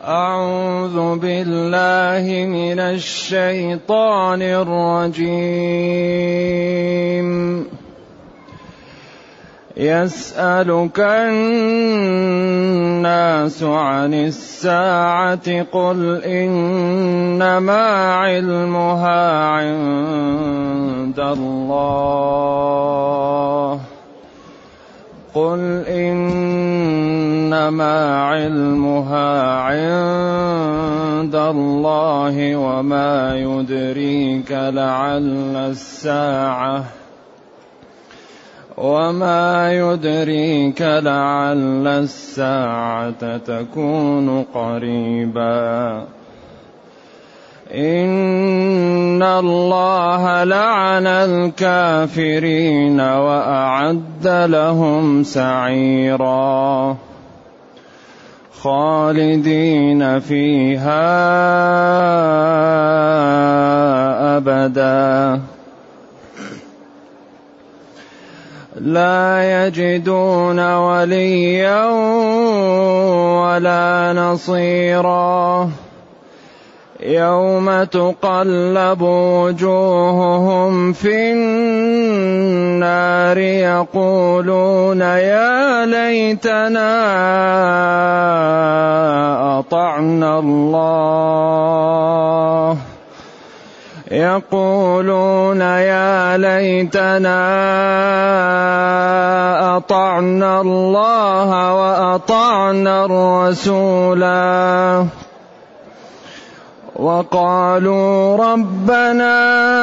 أعوذ بالله من الشيطان الرجيم. يسألك الناس عن الساعة قل إنما علمها عند الله وما يدريك لعل الساعة تكون قريبا. إن الله لعن الكافرين وأعد لهم سعيرا خالدين فيها أبدا لا يجدون وليا ولا نصيرا. يوم تقلب وجوههم في النار يقولون يا ليتنا أطعنا الله وأطعنا الرسولا وقالوا ربنا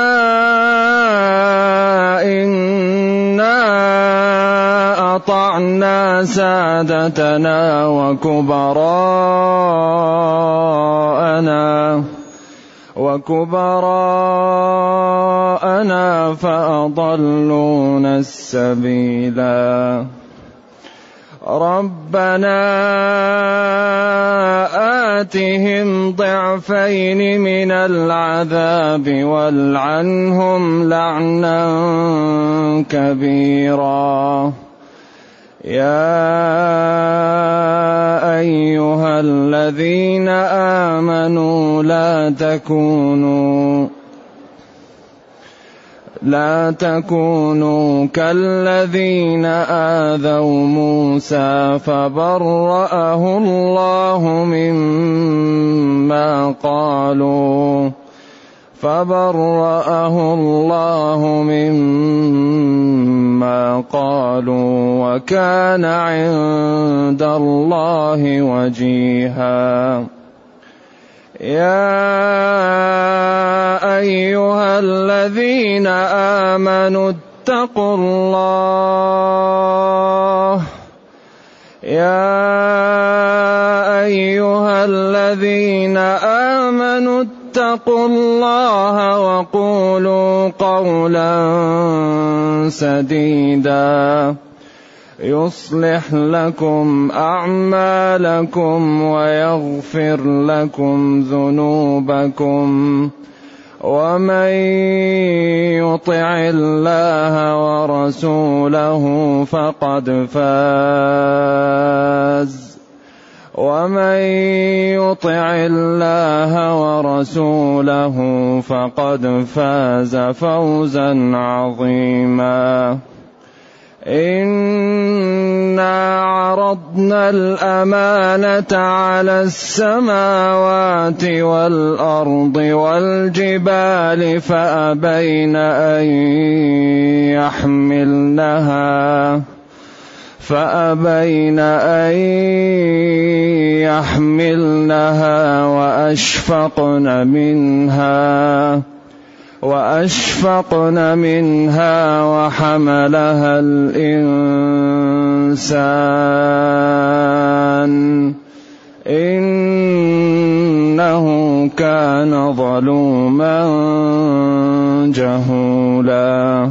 إنا أطعنا سادتنا وكبراءنا فأضلونا السبيلا. ربنا آتهم ضعفين من العذاب والعنهم لعنا كبيرا. يا أيها الذين آمنوا لا تكونوا كالذين آذوا موسى فبرأه الله مما قالوا وكان عند الله وجيها. يا أيها الذين آمنوا اتقوا الله وقولوا قولا سديدا يصلح لكم أعمالكم ويغفر لكم ذنوبكم ومن يطع الله ورسوله فقد فاز فوزا عظيما. إنا عرضنا الأمانة على السماوات والأرض والجبال فأبين أن يحملنها وأشفقن منها وحملها الإنسان إنه كان ظلوما جهولا.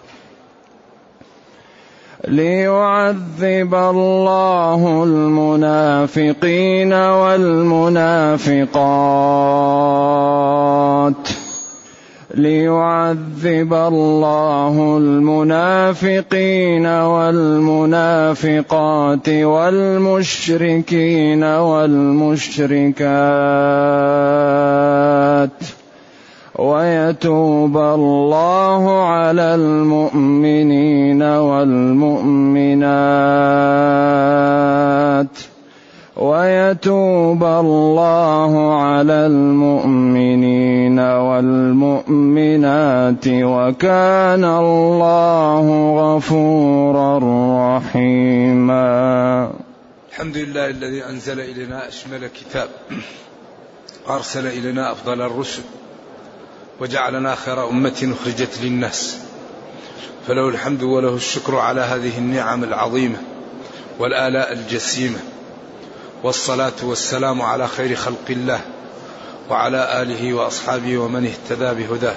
ليعذب الله المنافقين والمنافقات ليعذب الله المنافقين والمنافقات والمشركين والمشركات ويتوب الله على المؤمنين والمؤمنات وكان الله غفورا رحيما. الحمد لله الذي أنزل إلينا أشمل كتاب وأرسل إلينا أفضل الرسل وجعلنا خير أمة أخرجت للناس، فله الحمد وله الشكر على هذه النعم العظيمة والآلاء الجسيمة، والصلاة والسلام على خير خلق الله وعلى آله وأصحابه ومن اهتدى بهداه.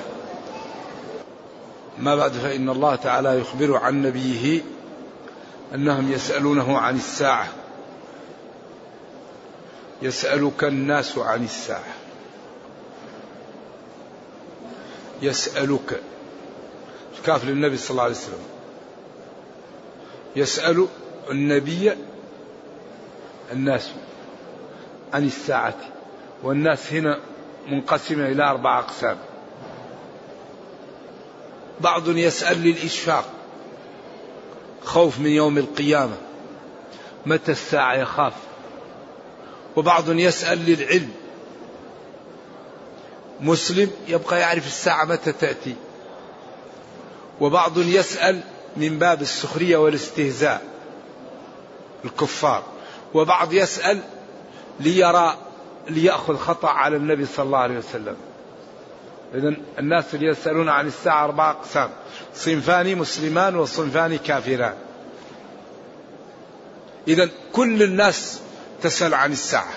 ما بعد، فإن الله تعالى يخبر عن نبيه أنهم يسألونه عن الساعة. يسألك الناس عن الساعة، يسألك كاف للنبي صلى الله عليه وسلم، يسأل النبي الناس عن الساعة، والناس هنا منقسمة إلى 4 أقسام. بعض يسأل للإشفاق، خوف من يوم القيامة، متى الساعة يخاف. وبعض يسأل للعلم، مسلم يبقى يعرف الساعة متى تأتي. وبعض يسأل من باب السخرية والاستهزاء، الكفار. وبعض يسأل ليأخذ خطأ على النبي صلى الله عليه وسلم. إذن الناس اللي يسألون عن الساعة 4 أقسام، صنفان مسلمان وصنفان كافران. إذن كل الناس تسأل عن الساعة.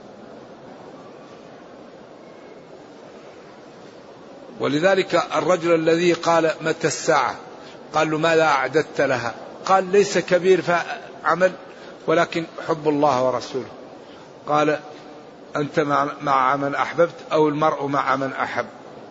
ولذلك الرجل الذي قال متى الساعة قال له ماذا أعددت لها؟ قال ليس كبير عمل ولكن حب الله ورسوله. قال أنت مع من أحببت أو المرء مع من أحب.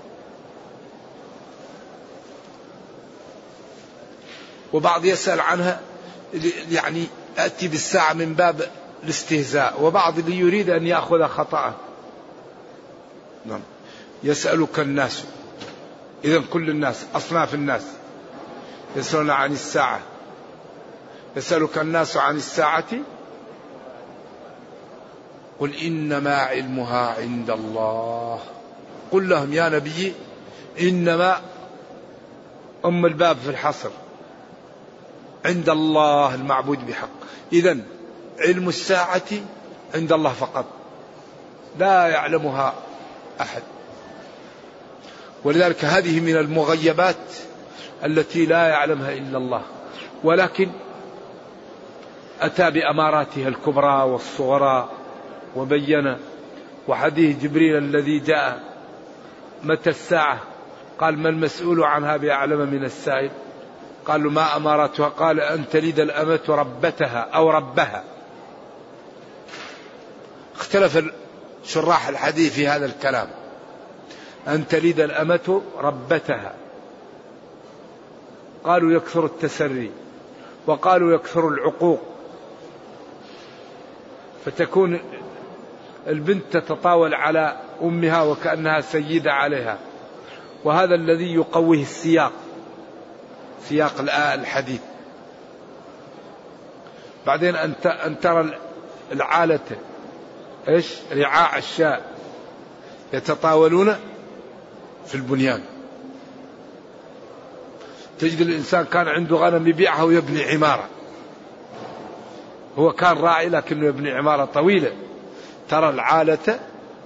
وبعض يسأل عنها يعني أتي بالساعة من باب الاستهزاء، وبعض اللي يريد أن يأخذ خطأ. نعم. يسألك الناس، إذن كل الناس، أصناف الناس يسألون عن الساعة. يسألك الناس عن الساعة قل إنما علمها عند الله. قل لهم يا نبي إنما الباب في الحصر، عند الله المعبود بحق. إذن علم الساعة عند الله فقط، لا يعلمها أحد. ولذلك هذه من المغيبات التي لا يعلمها إلا الله، ولكن أتى بأماراتها الكبرى والصغرى وبين. وحديث جبريل الذي جاء متى الساعة قال ما المسؤول عنها بأعلم من السائل. قال له ما أماراتها؟ قال أن تلد الأمة ربتها أو ربها. اختلف شراح الحديث في هذا الكلام، أن تلد الأمة ربتها. قالوا يكثر التسري، وقالوا يكثر العقوق، فتكون البنت تتطاول على أمها وكأنها سيدة عليها. وهذا الذي يقويه سياق الحديث. بعدين أن ترى العالة رعاع الشاء يتطاولون في البنيان. تجد الإنسان كان عنده غنم يبيعها ويبني عمارة، هو كان راعي لكنه يبني عمارة طويلة. ترى العالة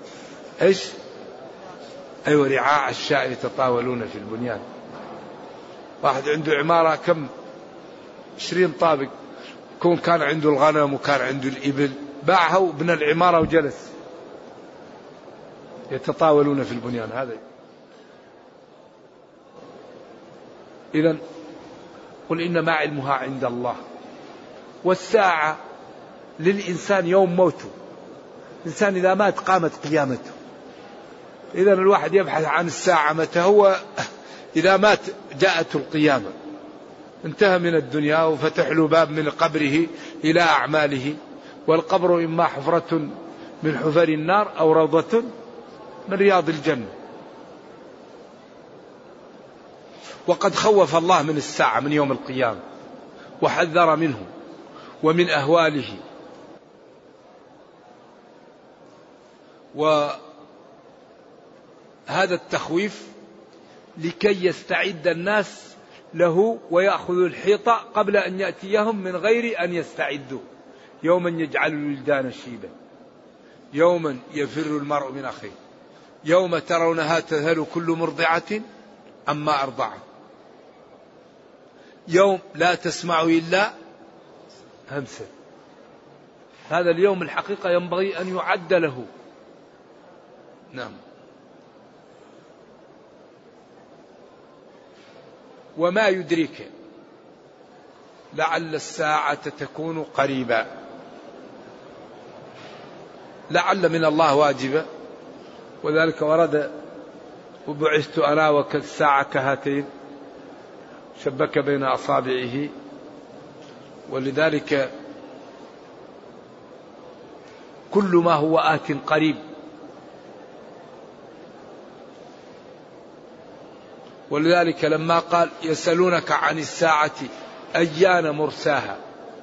رعاع الشاء يتطاولون في البنيان. واحد عنده عمارة كم 20 طابق، كان عنده الغنم وكان عنده الإبل، باعها وبنى العمارة وجلس يتطاولون في البنيان. هذا إذن قل إنما علمها عند الله. والساعة للإنسان يوم موته. الإنسان إذا مات قامت قيامته. إذن الواحد يبحث عن الساعة متى. هو إذا مات جاءت القيامة، انتهى من الدنيا وفتح له باب من قبره إلى أعماله، والقبر إما حفرة من حفر النار أو روضة من رياض الجنة. وقد خوف الله من الساعة، من يوم القيامة، وحذر منه ومن أهواله. وهذا التخويف لكي يستعد الناس له ويأخذوا الحيطة قبل أن يأتيهم من غير أن يستعدوا. يوما يجعل الولدان شيبا، يوما يفر المرء من أخيه، يوم ترونها تذهل كل مرضعة عما أرضعت، يوم لا تسمع إلا همسا. هذا اليوم الحقيقة ينبغي أن يعد له. نعم. وما يدريك لعل الساعة تكون قريبا. لعل من الله واجبة، وذلك ورد وبعثت أنا وكالساعة كهاتين، شبك بين أصابعه. ولذلك كل ما هو آت قريب. ولذلك لما قال يسألونك عن الساعة أيان مرساها،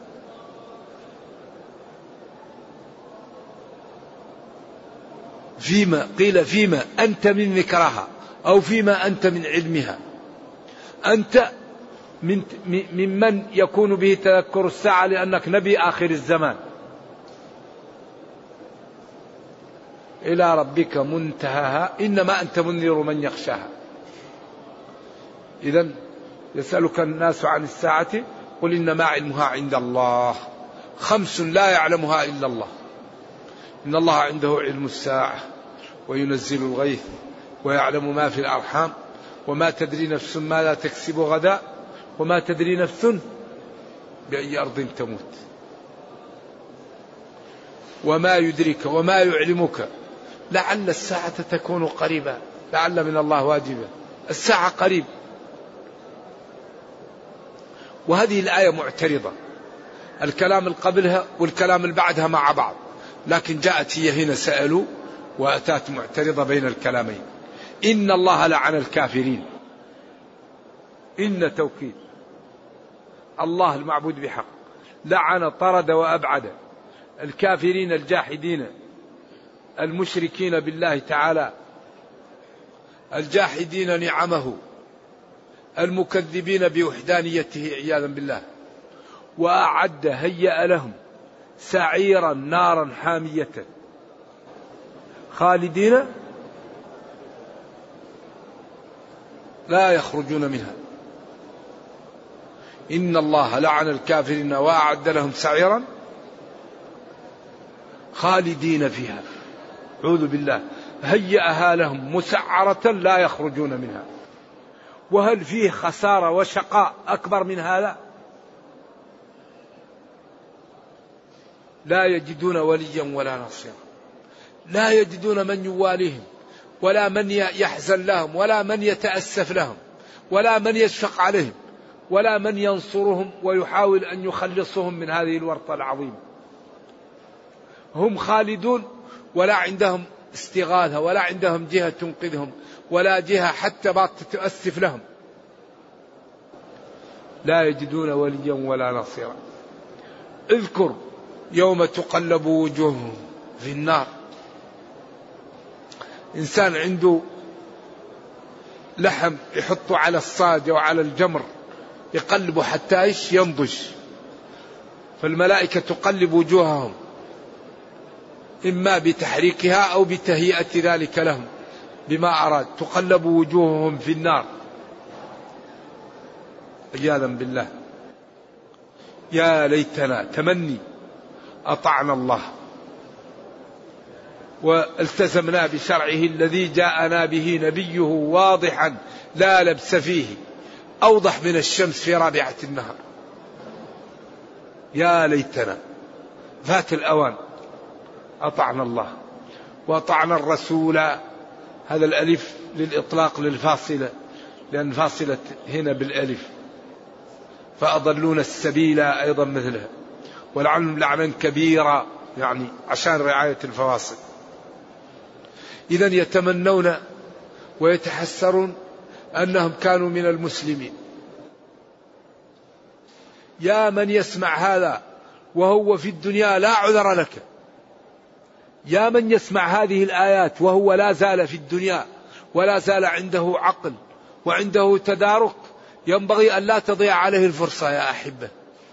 فيما قيل فيما أنت من ذكرها أو فيما أنت من علمها. أنت ممن يكون به تذكر الساعة لأنك نبي آخر الزمان. إلى ربك منتهاها إنما أنت منذر من يخشاها. إذن يسألك الناس عن الساعة قل إنما علمها عند الله. 5 لا يعلمها إلا الله. إن الله عنده علم الساعة وينزل الغيث ويعلم ما في الأرحام وما تدري نفس ماذا تكسب غدا وما تدري نفس بأي أرض تموت. وما يدرك وما يعلمك لعل الساعة تكون قريبة. لعل من الله واجبة. الساعة قريب. وهذه الآية معترضة، الكلام اللي قبلها والكلام اللي بعدها مع بعض، لكن جاءت هي هنا سألوا وأتات معترضة بين الكلامين. إن الله لعن الكافرين. إن توكيد الله المعبود بحق، لعن طرد وأبعد الكافرين الجاحدين المشركين بالله تعالى، الجاحدين نعمه، المكذبين بوحدانيته عياذا بالله. وأعد هيأ لهم سعيرا نارا حامية خالدين لا يخرجون منها. إن الله لعن الكافرين وأعد لهم سعيرا خالدين فيها. أعوذ بالله. هيأها لهم مسعرة لا يخرجون منها. وهل فيه خسارة وشقاء أكبر من هذا؟ لا يجدون وليا ولا نصيرا، لا يجدون من يواليهم ولا من يحزن لهم ولا من يتأسف لهم ولا من يشفق عليهم ولا من ينصرهم ويحاول أن يخلصهم من هذه الورطة العظيمة. هم خالدون ولا عندهم استغاثة ولا عندهم جهة تنقذهم ولا جهة حتى بات تؤسف لهم. لا يجدون وليا ولا نصيرا. اذكر يوم تقلب وجوههم في النار. إنسان عنده لحم يحطه على الصاج وعلى الجمر يقلبه حتى ينضج، فالملائكة تقلب وجوههم إما بتحريكها أو بتهيئة ذلك لهم بما أراد. تقلب وجوههم في النار عياذا بالله. يا ليتنا تمني أطعنا الله والتزمنا بشرعه الذي جاءنا به نبيه واضحا لا لبس فيه، أوضح من الشمس في رابعة النهار. يا ليتنا فات الأوان. أطعنا الله وأطعنا الرسول هذا الألف للإطلاق للفاصلة، لأن فاصلة هنا بالألف. فأضلون السبيل أيضا مثلها. ولعنهم لعنا كبيرا، يعني عشان رعاية الفواصل. إذا يتمنون ويتحسرون أنهم كانوا من المسلمين. يا من يسمع هذا وهو في الدنيا لا عذر لك، يا من يسمع هذه الآيات وهو لا زال في الدنيا ولا زال عنده عقل وعنده تدارك، ينبغي أن لا تضيع عليه الفرصة يا أحبة.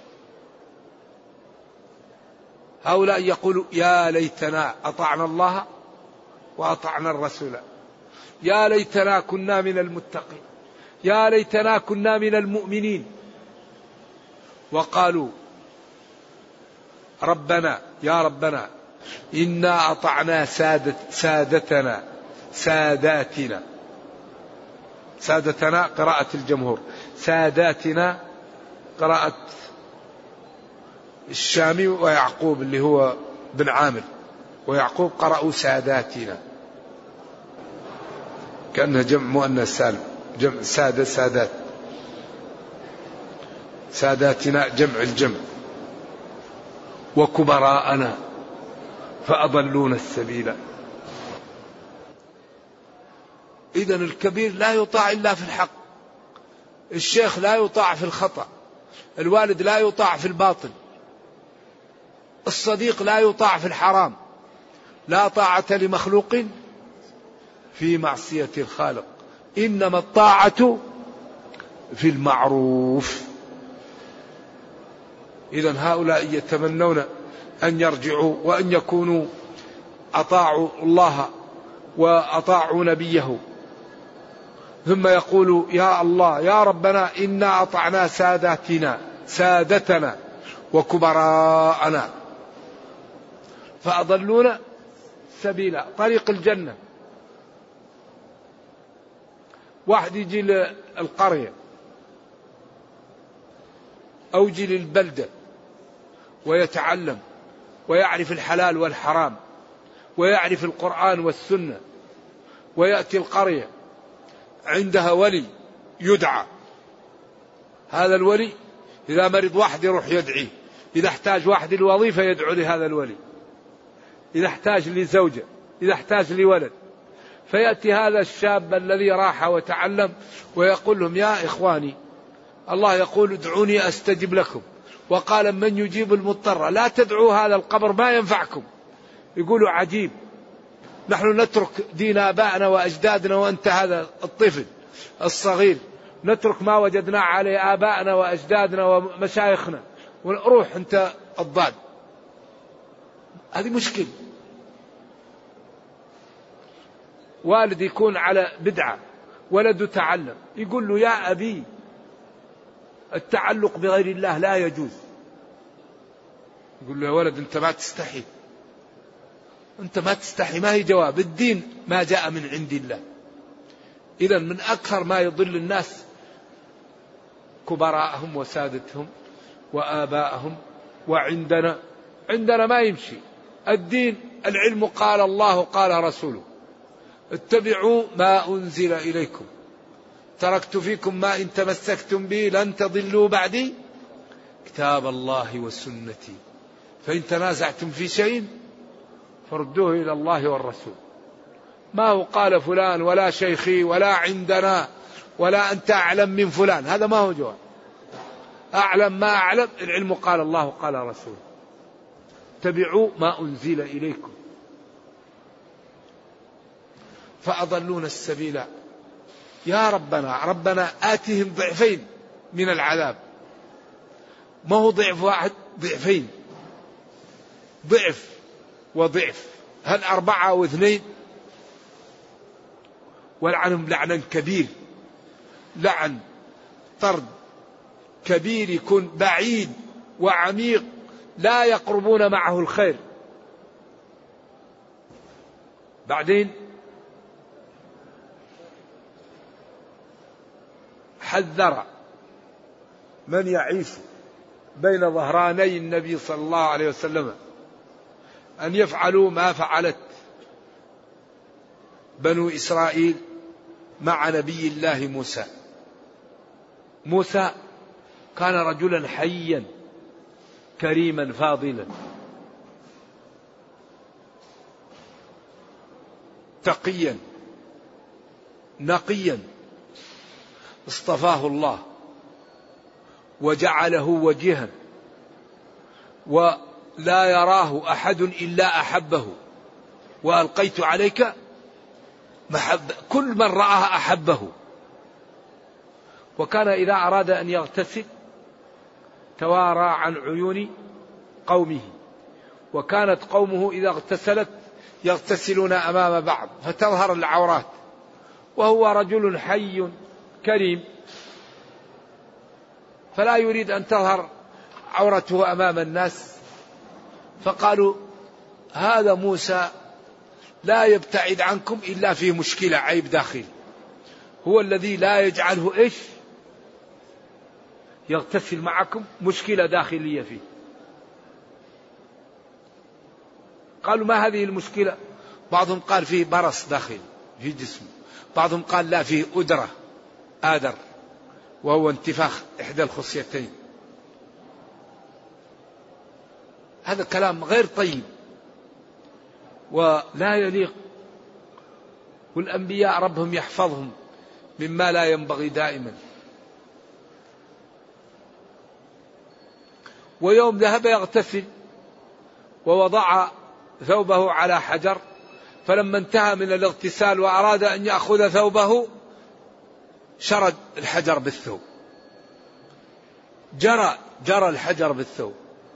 هؤلاء يقولوا يا ليتنا أطعنا الله وأطعنا الرسول، يا ليتنا كنا من المتقين، يا ليتنا كنا من المؤمنين. وقالوا ربنا يا ربنا إنا أطعنا سادتنا سادتنا قراءة الجمهور، ساداتنا قراءة الشامي ويعقوب اللي هو بن عامر، ويعقوب قرأوا ساداتنا، كأنها جمع مؤنث سالم، جمع سادات، ساداتنا جمع الجمع. وكبراءنا فأضلون السبيل. إذن الكبير لا يطاع إلا في الحق، الشيخ لا يطاع في الخطأ، الوالد لا يطاع في الباطل، الصديق لا يطاع في الحرام. لا طاعة لمخلوق في معصية الخالق، إنما الطاعة في المعروف. إذن هؤلاء يتمنون أن يرجعوا وأن يكونوا أطاعوا الله وأطاعوا نبيه، ثم يقولوا يا الله يا ربنا إنا أطعنا سادتنا وكبراءنا فأضلونا سبيلا، طريق الجنة. واحد يجي للقرية أو يجي للبلدة ويتعلم ويعرف الحلال والحرام ويعرف القرآن والسنة، ويأتي القرية عندها ولي يدعى، هذا الولي إذا مرض واحد يروح يدعيه، إذا احتاج واحد الوظيفة يدعو لهذا الولي، إذا احتاج لزوجة، إذا احتاج لولد. فيأتي هذا الشاب الذي راح وتعلم ويقول لهم يا إخواني الله يقول ادعوني أستجب لكم، وقال من يجيب المضطر، لا تدعوا هذا القبر ما ينفعكم. يقولوا عجيب، نحن نترك دين آبائنا وأجدادنا وأنت هذا الطفل الصغير نترك ما وجدنا عليه آبائنا وأجدادنا ومشايخنا ونروح أنت الضال. هذه مشكلة. والد يكون على بدعة ولده تعلم، يقول له يا أبي التعلق بغير الله لا يجوز. يقول له يا ولد أنت ما تستحي، أنت ما تستحي، ما هي جواب الدين ما جاء من عند الله. إذا من أكثر ما يضل الناس كبراءهم وسادتهم وآباءهم. وعندنا ما يمشي الدين، العلم قال الله قال رسوله، اتبعوا ما أنزل إليكم، تركت فيكم ما إن تمسكتم به لن تضلوا بعدي كتاب الله وسنتي، فإن تنازعتم في شيء فردوه إلى الله والرسول. ما هو قال فلان ولا شيخي ولا عندنا ولا أنت أعلم من فلان، هذا ما هو جواب. أعلم ما أعلم، العلم قال الله قال رسوله، اتبعوا ما أنزل إليكم. فأضلون السبيل. يا ربنا آتهم ضعفين من العذاب، ما هو ضعف واحد، ضعفين، ضعف وضعف، هل 4 أو 2. ولعنهم لعنا كبير، لعن طرد كبير يكون بعيد وعميق لا يقربون معه الخير. بعدين حذر من يعيش بين ظهراني النبي صلى الله عليه وسلم أن يفعلوا ما فعلت بنو إسرائيل مع نبي الله موسى. موسى كان رجلا حيا كريما فاضلا تقيا نقيا، اصطفاه الله وجعله وجيها، ولا يراه أحد إلا أحبه، وألقيت عليك محبة، كل من رآه أحبه. وكان إذا أراد أن يغتسل توارى عن عيون قومه، وكانت قومه إذا اغتسلت يغتسلون أمام بعض فتظهر العورات، وهو رجل حي كريم فلا يريد أن تظهر عورته أمام الناس. فقالوا هذا موسى لا يبتعد عنكم إلا في مشكلة، عيب داخلي، هو الذي لا يجعله إيش يغتسل معكم، مشكلة داخلية فيه. قالوا ما هذه المشكلة؟ بعضهم قال فيه برص داخل في جسمه، بعضهم قال لا فيه أدرة آدر، وهو انتفاخ إحدى الخصيتين. هذا كلام غير طيب ولا يليق، والأنبياء ربهم يحفظهم مما لا ينبغي دائما. ويوم ذهب يغتسل ووضع ثوبه على حجر، فلما انتهى من الاغتسال وأراد أن يأخذ ثوبه شرد الحجر بالثوب، جرى الحجر بالثوب،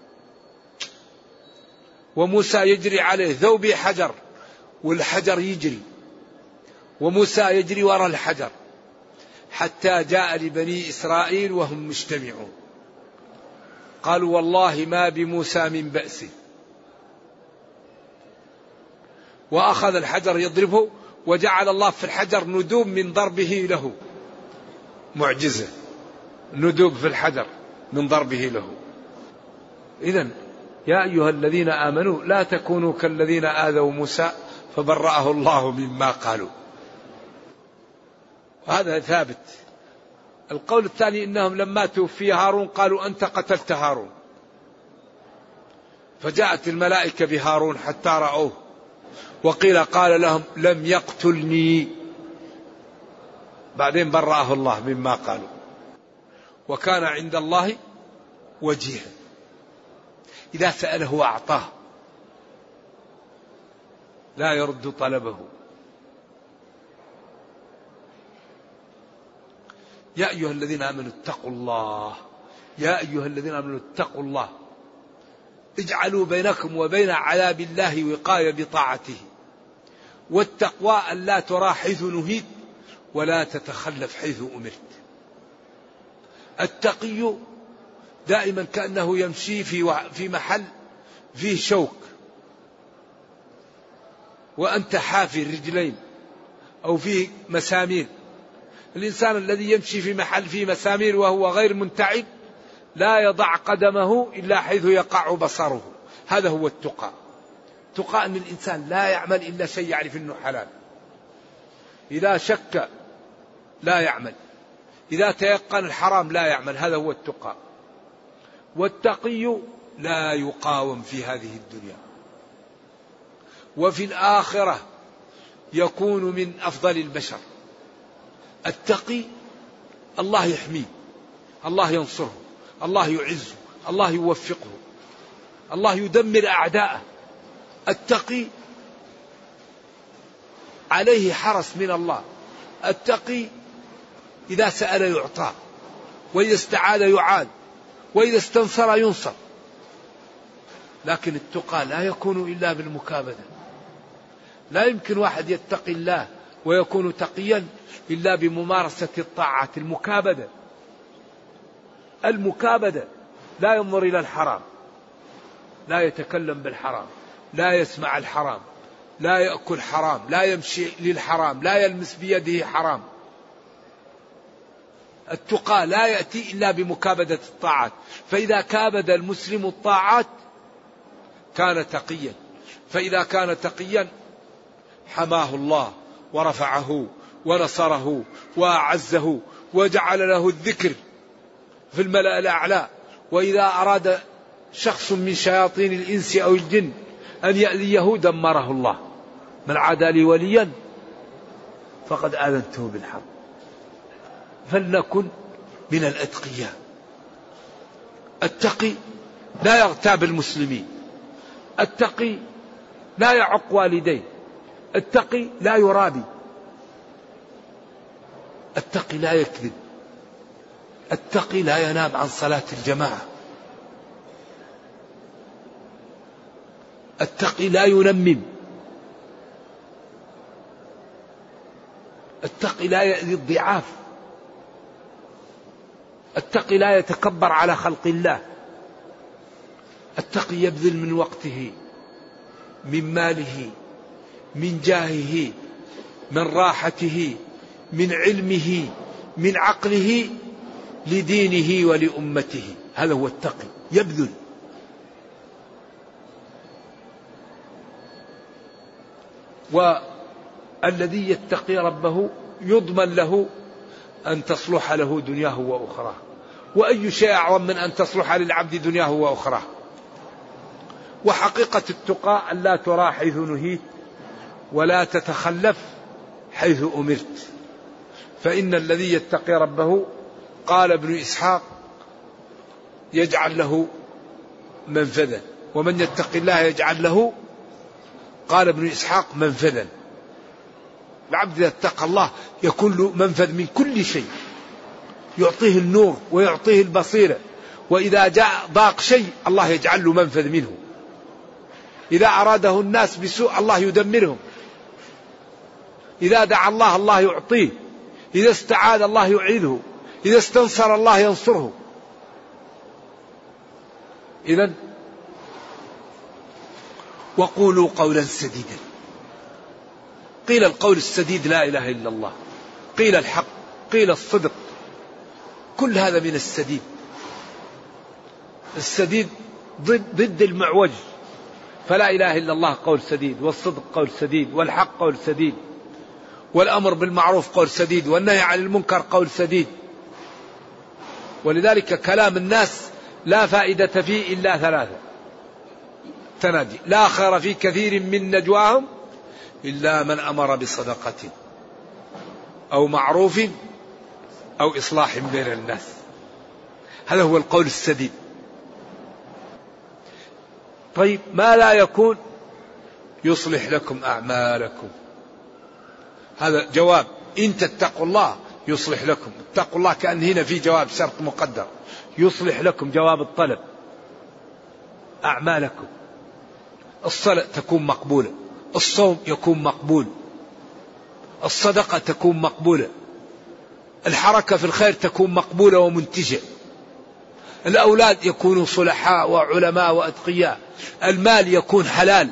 وموسى يجري عليه، ثوبي حجر والحجر يجري، وموسى يجري وراء الحجر، حتى جاء لبني إسرائيل وهم مجتمعون، قالوا والله ما بموسى من بأسه، وأخذ الحجر يضربه، وجعل الله في الحجر ندوب من ضربه له، معجزة، ندوب في الحجر من ضربه له. إذن يا أيها الذين آمنوا لا تكونوا كالذين آذوا موسى فبرأه الله مما قالوا. هذا ثابت. القول الثاني إنهم لما توفي هارون قالوا أنت قتلت هارون، فجاءت الملائكة بهارون حتى رأوه، وقيل قال لهم لم يقتلني، بعدين برأه الله مما قالوا، وكان عند الله وجيها، إذا سأله أعطاه لا يرد طلبه. يا أيها الذين آمنوا اتقوا الله، يا أيها الذين آمنوا اتقوا الله، اجعلوا بينكم وبين عذاب الله وقاية بطاعته، والتقوى أن لا ترى حيث نهيت ولا تتخلف حيث أمرت. التقي دائما كأنه يمشي في محل فيه شوك وأنت حافي الرجلين أو فيه مسامير. الإنسان الذي يمشي في محل فيه مسامير وهو غير منتعب لا يضع قدمه إلا حيث يقع بصره، هذا هو التقى. تقى أن الإنسان لا يعمل إلا شيء يعرف أنه حلال، إذا شك لا يعمل، إذا تيقن الحرام لا يعمل، هذا هو التقى. والتقي لا يقاوم في هذه الدنيا، وفي الآخرة يكون من أفضل البشر. التقي الله يحميه، الله ينصره، الله يعزه، الله يوفقه، الله يدمر أعداءه. التقي عليه حرس من الله، التقي إذا سأل يعطى، وإذا استعاذ يعاد، وإذا استنصر ينصر. لكن التقى لا يكون إلا بالمكابدة. لا يمكن واحد يتقي الله ويكون تقيا إلا بممارسة الطاعات. المكابدة، المكابدة، لا ينظر إلى الحرام، لا يتكلم بالحرام، لا يسمع الحرام، لا يأكل حرام، لا يمشي للحرام، لا يلمس بيده حرام. التقى لا يأتي إلا بمكابدة الطاعات، فإذا كابد المسلم الطاعات كان تقيا، فإذا كان تقيا حماه الله ورفعه ونصره وأعزه وجعل له الذكر في الملأ الأعلى. وإذا أراد شخص من شياطين الإنس أو الجن أن يأذيه دمره الله. من عادى لي وليا فقد آذنته بالحرب. فلنكن من الأتقياء. التقي لا يغتاب المسلمين، التقي لا يعق والديه، التقي لا يرابي، التقي لا يكذب، التقي لا ينام عن صلاة الجماعة، التقي لا ينمم، التقي لا يأذي الضعاف، التقي لا يتكبر على خلق الله، التقي يبذل من وقته، من ماله، من جاهه، من راحته، من علمه، من عقله لدينه ولأمته. هذا هو التقي، يبذل. والذي يتقي ربه يضمن له أن تصلح له دنياه وأخراه. وأي شيء أعظم من أن تصلح للعبد دنياه وأخراه. وحقيقة التقى أن لا ترى حيث نهيت ولا تتخلف حيث أمرت. فإن الذي يتقي ربه قال ابن إسحاق يجعل له منفذا، ومن يتقي الله يجعل له، قال ابن إسحاق، منفذا. العبد إذا اتقى الله يكون له منفذ من كل شيء، يعطيه النور ويعطيه البصيرة. وإذا جاء ضاق شيء الله يجعل له منفذ منه. إذا أراده الناس بسوء الله يدمرهم. إذا دعا الله الله يعطيه. إذا استعاذ الله يعيذه. إذا استنصر الله ينصره. إذن وقولوا قولا سديدا. قيل القول السديد لا إله إلا الله، قيل الحق، قيل الصدق، كل هذا من السديد. السديد ضد المعوج. فلا إله إلا الله قول سديد، والصدق قول سديد، والحق قول سديد، والأمر بالمعروف قول سديد، والنهي عن المنكر قول سديد. ولذلك كلام الناس لا فائدة فيه إلا ثلاثة تنادي: لا خير في كثير من نجواهم إلا من أمر بصدقة أو معروف أو إصلاح بين الناس. هذا هو القول السديد. طيب ما لا يكون؟ يصلح لكم أعمالكم. هذا جواب. إن تتقوا الله يصلح لكم. اتقوا الله كأن هنا في جواب شرط مقدر. يصلح لكم جواب الطلب. أعمالكم. الصلاة تكون مقبولة، الصوم يكون مقبول، الصدقة تكون مقبولة، الحركة في الخير تكون مقبولة ومنتجة، الأولاد يكونوا صلحاء وعلماء وأتقياء، المال يكون حلال،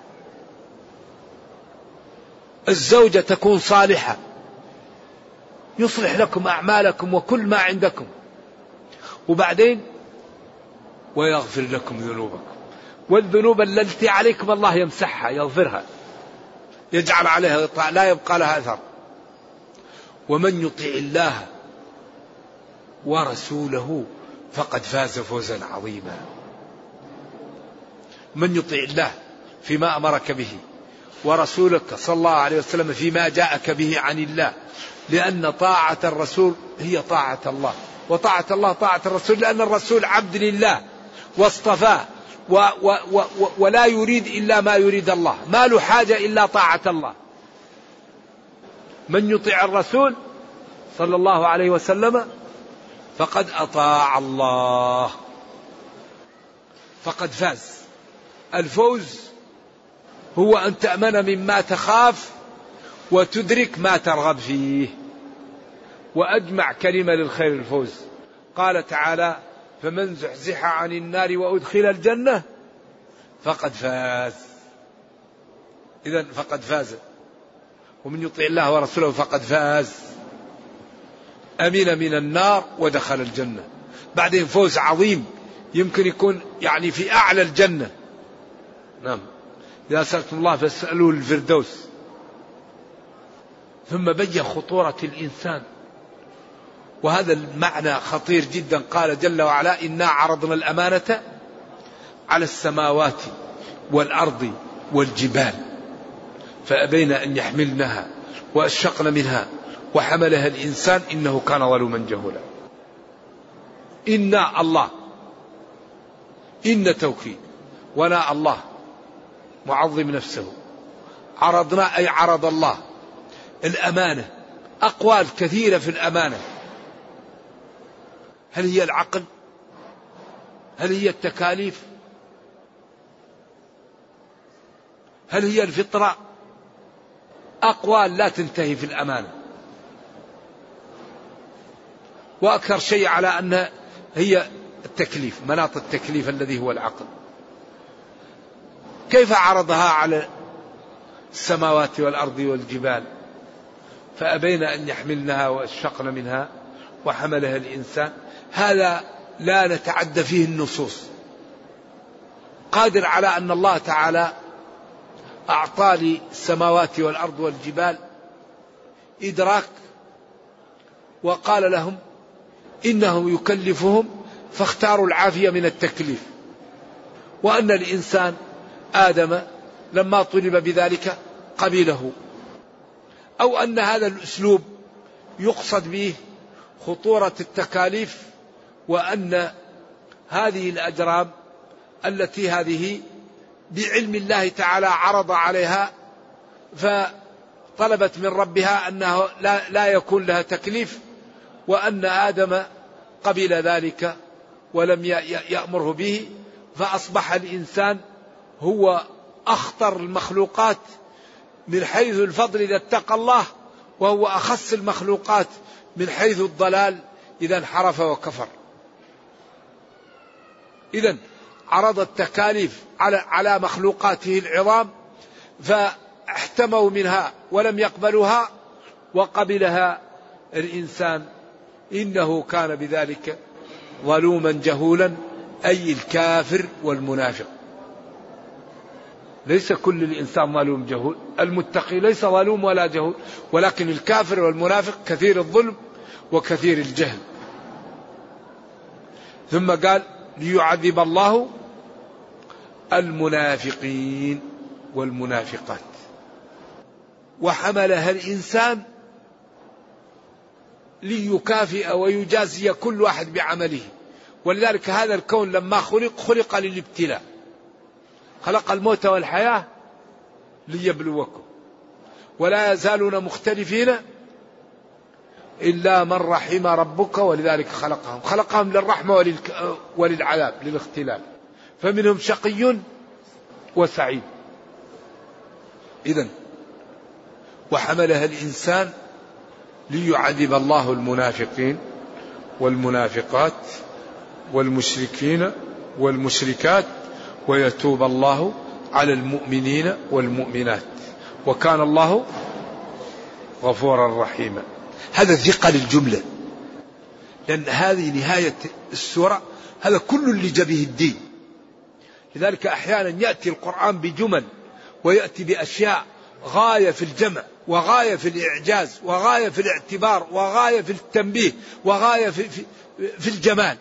الزوجة تكون صالحة. يصلح لكم أعمالكم وكل ما عندكم. وبعدين ويغفر لكم ذنوبكم. والذنوب التي عليكم الله يمسحها، يغفرها، يجعل عليها غطاء لا يبقى لها أثر. ومن يطع الله ورسوله فقد فاز فوزا عظيما. من يطع الله فيما أمرك به، ورسولك صلى الله عليه وسلم فيما جاءك به عن الله، لأن طاعة الرسول هي طاعة الله، وطاعة الله طاعة الرسول، لأن الرسول عبد لله واصطفاه ولا يريد إلا ما يريد الله، ما له حاجة إلا طاعة الله. من يطيع الرسول صلى الله عليه وسلم فقد أطاع الله، فقد فاز. الفوز هو أن تأمن مما تخاف وتدرك ما ترغب فيه. وأجمع كلمة للخير الفوز. قال تعالى: فمن زحزح عن النار وأدخل الجنة فقد فاز. إذن فقد فاز. ومن يطع الله ورسوله فقد فاز، أمن من النار ودخل الجنة. بعدين فوز عظيم يمكن يكون يعني في أعلى الجنة. نعم، إذا سألتم الله فاسألوه الفردوس. ثم بين خطورة الإنسان، وهذا المعنى خطير جدا. قال جل وعلا: إنا عرضنا الأمانة على السماوات والأرض والجبال فأبين أن يحملنها وأشفقن منها وحملها الإنسان إنه كان ظلوما جهولا. إنا الله، إن توكيد، ولا الله معظم نفسه. عرضنا أي عرض الله الأمانة. أقوال كثيرة في الأمانة. هل هي العقل؟ هل هي التكاليف؟ هل هي الفطرة؟ أقوال لا تنتهي في الأمانة، وأكثر شيء على أن هي التكليف، مناط التكليف الذي هو العقل. كيف عرضها على السماوات والأرض والجبال فأبين أن يحملنها وأشفقن منها وحملها الإنسان؟ هذا لا نتعدى فيه النصوص. قادر على أن الله تعالى أعطى للسماوات والأرض والجبال إدراك، وقال لهم إنه يكلفهم فاختاروا العافية من التكليف، وأن الإنسان آدم لما طلب بذلك قبله، أو أن هذا الأسلوب يقصد به خطورة التكاليف، وأن هذه الأجرام التي هذه بعلم الله تعالى عرض عليها فطلبت من ربها أنه لا يكون لها تكليف، وأن آدم قبل ذلك ولم يأمره به، فأصبح الإنسان هو أخطر المخلوقات من حيث الفضل إذا اتقى الله، وهو أخس المخلوقات من حيث الضلال إذا انحرف وكفر. إذن عرض التكاليف على مخلوقاته العظام فاحتموا منها ولم يقبلوها، وقبلها الإنسان إنه كان بذلك ظلوما جهولا، أي الكافر والمنافق. ليس كل الإنسان ظلوم جهول، المتقي ليس ظلوم ولا جهول، ولكن الكافر والمنافق كثير الظلم وكثير الجهل. ثم قال: ليعذب الله المنافقين والمنافقات وحملها الإنسان ليكافئ ويجازي كل واحد بعمله. ولذلك هذا الكون لما خلق للابتلاء، خلق الموت والحياة ليبلوكم، ولا يزالون مختلفين إلا من رحم ربك، ولذلك خلقهم للرحمة وللعذاب للاختلاف، فمنهم شقي وسعيد. إذن وحملها الإنسان ليعذب الله المنافقين والمنافقات والمشركين والمشركات ويتوب الله على المؤمنين والمؤمنات وكان الله غفورا رحيما. هذا ثقل الجملة، لأن هذه نهاية السورة، هذا كل اللي جبه الدين. لذلك أحيانا يأتي القرآن بجمل ويأتي بأشياء غاية في الجمع وغاية في الإعجاز وغاية في الاعتبار وغاية في التنبيه وغاية في الجمال.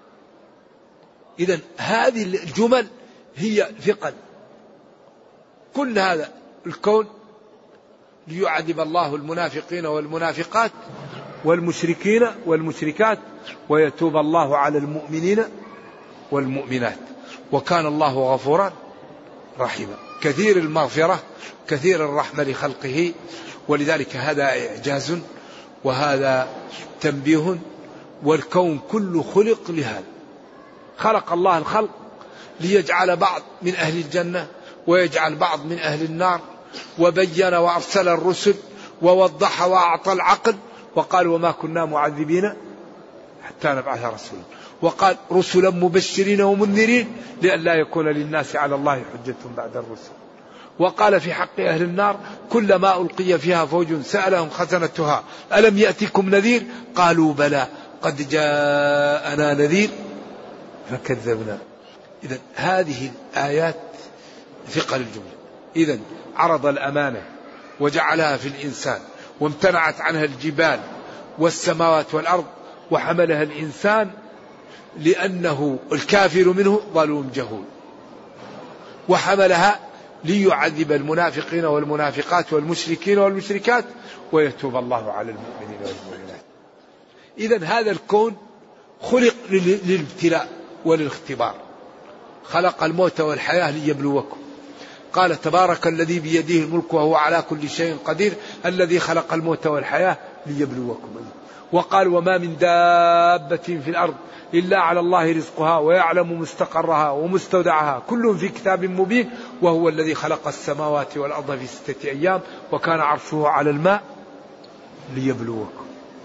إذن هذه الجمل هي ثقل. كل هذا الكون ليعذب الله المنافقين والمنافقات والمشركين والمشركات ويتوب الله على المؤمنين والمؤمنات وكان الله غفورا رحيما. كثير المغفرة كثير الرحمة لخلقه. ولذلك هذا إعجاز وهذا تنبيه، والكون كله خلق لهذا. خلق الله الخلق ليجعل بعض من أهل الجنة ويجعل بعض من أهل النار، وبين وأرسل الرسل ووضح وأعطى العقل، وقال: وما كنا معذبين حتى نبعث رسولا، وقال: رسلا مبشرين ومنذرين لئلا يكون للناس على الله حجة بعد الرسل. وقال في حق أهل النار: كلما ألقي فيها فوج سألهم خزنتها ألم يأتكم نذير قالوا بلى قد جاءنا نذير فكذبنا. إذن هذه الآيات ثقل الجملة. إذن عرض الأمانة وجعلها في الإنسان وامتنعت عنها الجبال والسماوات والأرض وحملها الإنسان لأنه الكافر منه ظلوم جهول، وحملها ليعذب المنافقين والمنافقات والمشركين والمشركات ويتوب الله على المؤمنين والمؤمنات. إذن هذا الكون خلق للابتلاء وللاختبار، خلق الموت والحياة ليبلوكم. قال تبارك الذي بيده الملك وهو على كل شيء قدير الذي خلق الموت والحياة ليبلوكم. وقال وما من دابة في الأرض إلا على الله رزقها ويعلم مستقرها ومستودعها كل في كتاب مبين وهو الذي خلق السماوات والأرض في 6 أيام وكان عرشه على الماء ليبلوكم.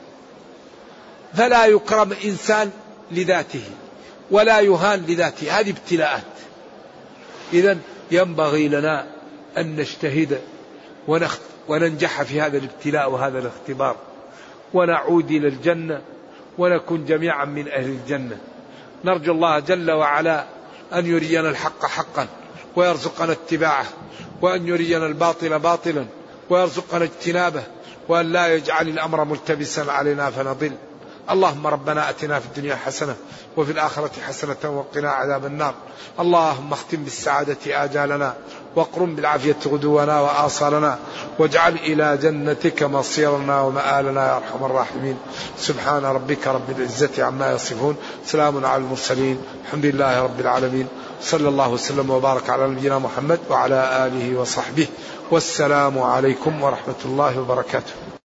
فلا يكرم إنسان لذاته ولا يهان لذاته، هذه ابتلاءات. إذن ينبغي لنا أن نجتهد وننجح في هذا الابتلاء وهذا الاختبار ونعود إلى الجنة ونكون جميعا من أهل الجنة. نرجو الله جل وعلا أن يرينا الحق حقا ويرزقنا اتباعه، وأن يرينا الباطل باطلا ويرزقنا اجتنابه، وأن لا يجعل الأمر ملتبسا علينا فنضل. اللهم ربنا أتنا في الدنيا حسنة وفي الآخرة حسنة وقنا عذاب النار. اللهم اختم بالسعادة آجالنا واقرم بالعافية غدونا وآصالنا واجعل إلى جنتك مصيرنا ومآلنا يا أرحم الراحمين. سبحان ربك رب العزة عما يصفون، سلام على المرسلين، الحمد لله رب العالمين. صلى الله وسلم وبارك على نبينا محمد وعلى آله وصحبه، والسلام عليكم ورحمة الله وبركاته.